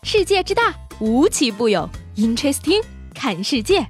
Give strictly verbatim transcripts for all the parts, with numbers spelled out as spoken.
世界之大，无奇不有。Interesting， 看世界。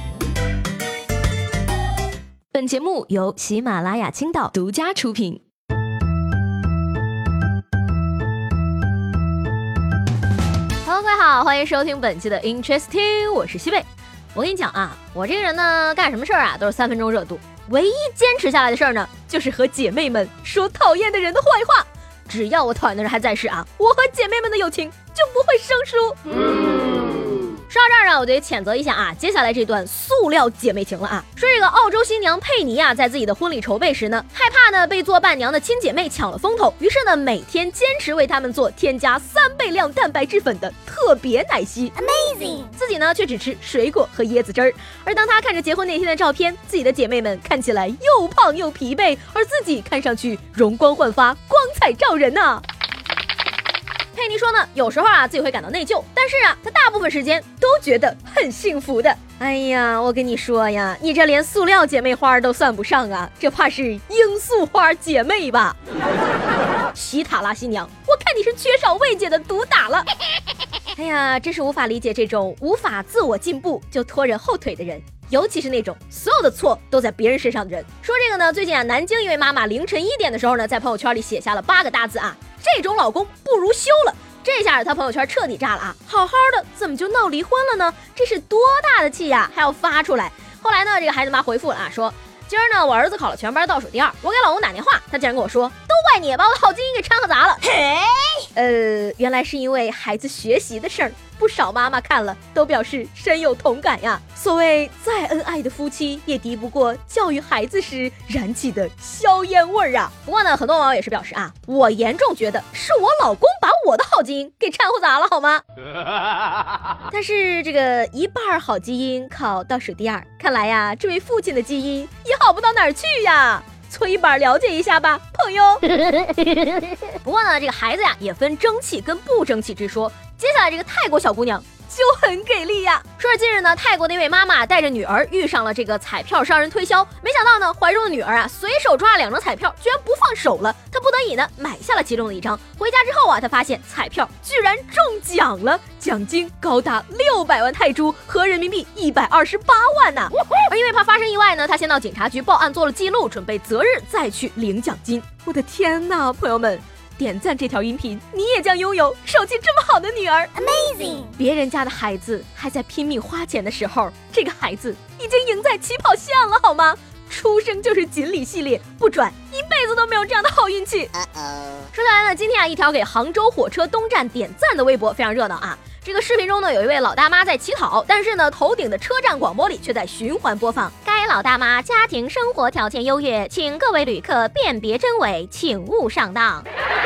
本节目由喜马拉雅青岛独家出品。Hello， 各位好，欢迎收听本期的 Interesting， 我是西贝。我跟你讲啊，我这个人呢，干什么事儿啊都是三分钟热度，唯一坚持下来的事儿呢，就是和姐妹们说讨厌的人的坏话。只要我讨厌的人还在世啊，我和姐妹们的友情就不会生疏。嗯说到这儿呢，我得谴责一下啊，接下来这段塑料姐妹情了啊。说这个澳洲新娘佩尼啊，在自己的婚礼筹备时呢，害怕呢被做伴娘的亲姐妹抢了风头，于是呢每天坚持为他们做添加三倍量蛋白质粉的特别奶昔 ，Amazing， 自己呢却只吃水果和椰子汁儿。而当她看着结婚那天的照片，自己的姐妹们看起来又胖又疲惫，而自己看上去容光焕发，光彩照人呐、啊。佩妮说呢，有时候啊自己会感到内疚，但是啊她大部分时间都觉得很幸福的。哎呀，我跟你说呀，你这连塑料姐妹花都算不上啊，这怕是罂粟花姐妹吧。西塔拉新娘，我看你是缺少慰藉的毒打了。哎呀，真是无法理解这种无法自我进步就拖人后腿的人，尤其是那种所有的错都在别人身上的人。说这个呢，最近啊，南京一位妈妈凌晨一点的时候呢，在朋友圈里写下了八个大字啊，这种老公不如休了。这下他朋友圈彻底炸了啊！好好的怎么就闹离婚了呢？这是多大的气呀，还要发出来。后来呢，这个孩子妈回复了啊，说今儿呢我儿子考了全班倒数第二，我给老公打电话，他竟然跟我说都怪你把我的好基因给掺和砸了。嘿，呃，原来是因为孩子学习的事儿。不少妈妈看了都表示深有同感呀。所谓再恩爱的夫妻也敌不过教育孩子时燃起的硝烟味儿啊。不过呢，很多网友也是表示啊，我严重觉得是我老公把我的好基因给掺和砸了好吗？但是这个一半好基因考倒数第二，看来呀，这位父亲的基因也好不到哪儿去呀。搓一板了解一下吧，朋友。不过呢，这个孩子呀也分争气跟不争气之说。接下来这个泰国小姑娘就很给力呀。说是近日呢，泰国的一位妈妈带着女儿遇上了这个彩票商人推销，没想到呢，怀中的女儿啊随手抓了两张彩票，居然不放手了。她不得已呢买下了其中的一张。回家之后啊，她发现彩票居然中奖了，奖金高达六百万泰铢，合人民币一百二十八万呐、啊。而因为怕发生意外呢，她先到警察局报案做了记录，准备择日再去领奖金。我的天哪，朋友们！点赞这条音频，你也将拥有手气这么好的女儿 ，Amazing！ 别人家的孩子还在拼命花钱的时候，这个孩子已经赢在起跑线了，好吗？出生就是锦鲤系列，不转一辈子都没有这样的好运气。说起来呢，今天啊，一条给杭州火车东站点赞的微博非常热闹啊。这个视频中呢，有一位老大妈在乞讨，但是呢，头顶的车站广播里却在循环播放。该老大妈家庭生活条件优越，请各位旅客辨别真伪，请勿上当。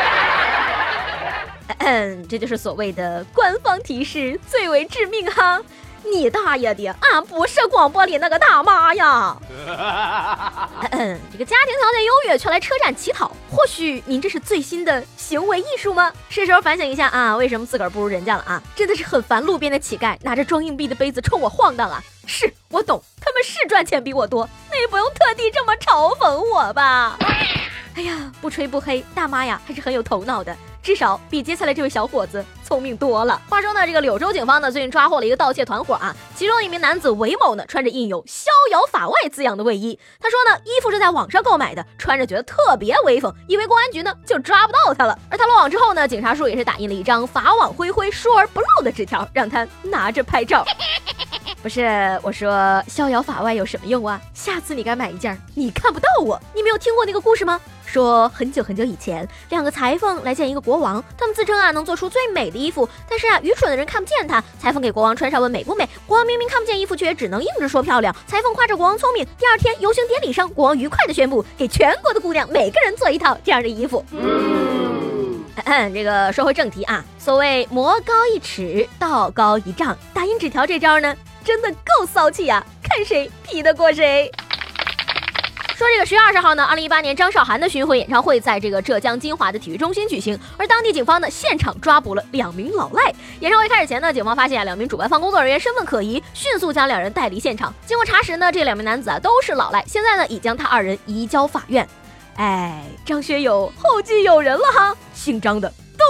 嗯，这就是所谓的官方提示最为致命哈！你大爷的，俺不是广播里那个大妈呀！嗯，这个家庭条件优越却来车站乞讨，或许您这是最新的行为艺术吗？是时候反省一下啊，为什么自个儿不如人家了啊？真的是很烦路边的乞丐拿着装硬币的杯子冲我晃荡啊！是我懂，他们是赚钱比我多，那也不用特地这么嘲讽我吧？哎呀，不吹不黑，大妈呀还是很有头脑的。至少比接下来这位小伙子聪明多了。话说呢，这个柳州警方呢最近抓获了一个盗窃团伙啊，其中一名男子韦某呢穿着印有逍遥法外字样的卫衣，他说呢衣服是在网上购买的，穿着觉得特别威风，以为公安局呢就抓不到他了。而他落网之后呢，警察叔也是打印了一张法网恢恢疏而不漏的纸条，让他拿着拍照。不是，我说逍遥法外有什么用啊？下次你该买一件你看不到我。你没有听过那个故事吗？说很久很久以前，两个裁缝来见一个国王，他们自称啊能做出最美的衣服，但是啊愚蠢的人看不见他。裁缝给国王穿上问美不美，国王明明看不见衣服，却也只能硬着说漂亮。裁缝夸着国王聪明，第二天游行典礼上，国王愉快地宣布给全国的姑娘每个人做一套这样的衣服。嗯，嗯这个说回正题啊，所谓魔高一尺，道高一丈，打印纸条这招呢真的够骚气啊，看谁皮得过谁。说这个十月二十号呢，二零一八年张韶涵的巡回演唱会在这个浙江金华的体育中心举行，而当地警方呢现场抓捕了两名老赖。演唱会开始前呢，警方发现啊两名主办方工作人员身份可疑，迅速将两人带离现场。经过查实呢，这两名男子啊都是老赖，现在呢已将他二人移交法院。哎，张学友后继有人了哈，姓张的都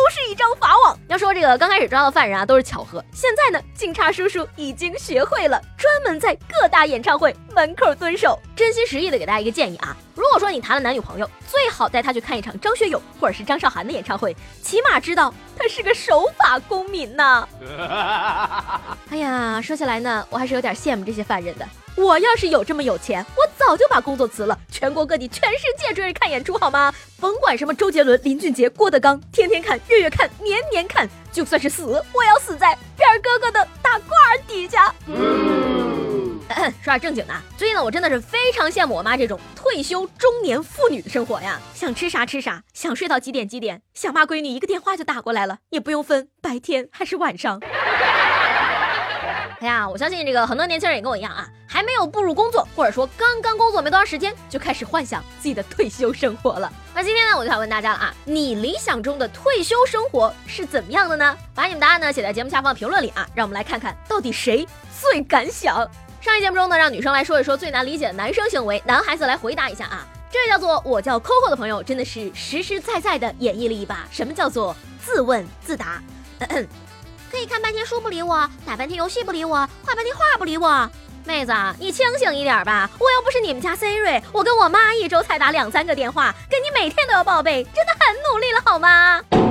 是一张法网。要说这个刚开始抓到犯人啊都是巧合，现在呢警察叔叔已经学会了专门在各大演唱会门口蹲守。真心实意的给大家一个建议啊，如果说你谈了男女朋友，最好带他去看一场张学友或者是张韶涵的演唱会，起码知道他是个守法公民呢。哎呀，说起来呢，我还是有点羡慕这些犯人的。我要是有这么有钱，我早就把工作辞了，全国各地全世界追着看演出好吗？甭管什么周杰伦、林俊杰、郭德纲，天天看，月月看，年年看，就算是死，我也要死在边儿哥哥的大褂底下。嗯，说点正经的，最近呢，我真的是非常羡慕我妈这种退休中年妇女的生活呀，想吃啥吃啥，想睡到几点几点，想骂闺女一个电话就打过来了，也不用分白天还是晚上。哎呀，我相信这个很多年轻人也跟我一样啊，还没有步入工作，或者说刚刚工作没多长时间，就开始幻想自己的退休生活了。那今天呢，我就想问大家了啊，你理想中的退休生活是怎么样的呢？把你们答案呢写在节目下方的评论里啊，让我们来看看到底谁最敢想。上一节目中呢，让女生来说一说最难理解的男生行为，男孩子来回答一下啊。这位叫做我叫 Coco 的朋友，真的是实实在在的演绎了一把什么叫做自问自答。咳咳，可以看半天书不理我，打半天游戏不理我，画半天画不理我。妹子，你清醒一点吧！我又不是你们家 Siri， 我跟我妈一周才打两三个电话，跟你每天都要报备，真的很努力了好吗？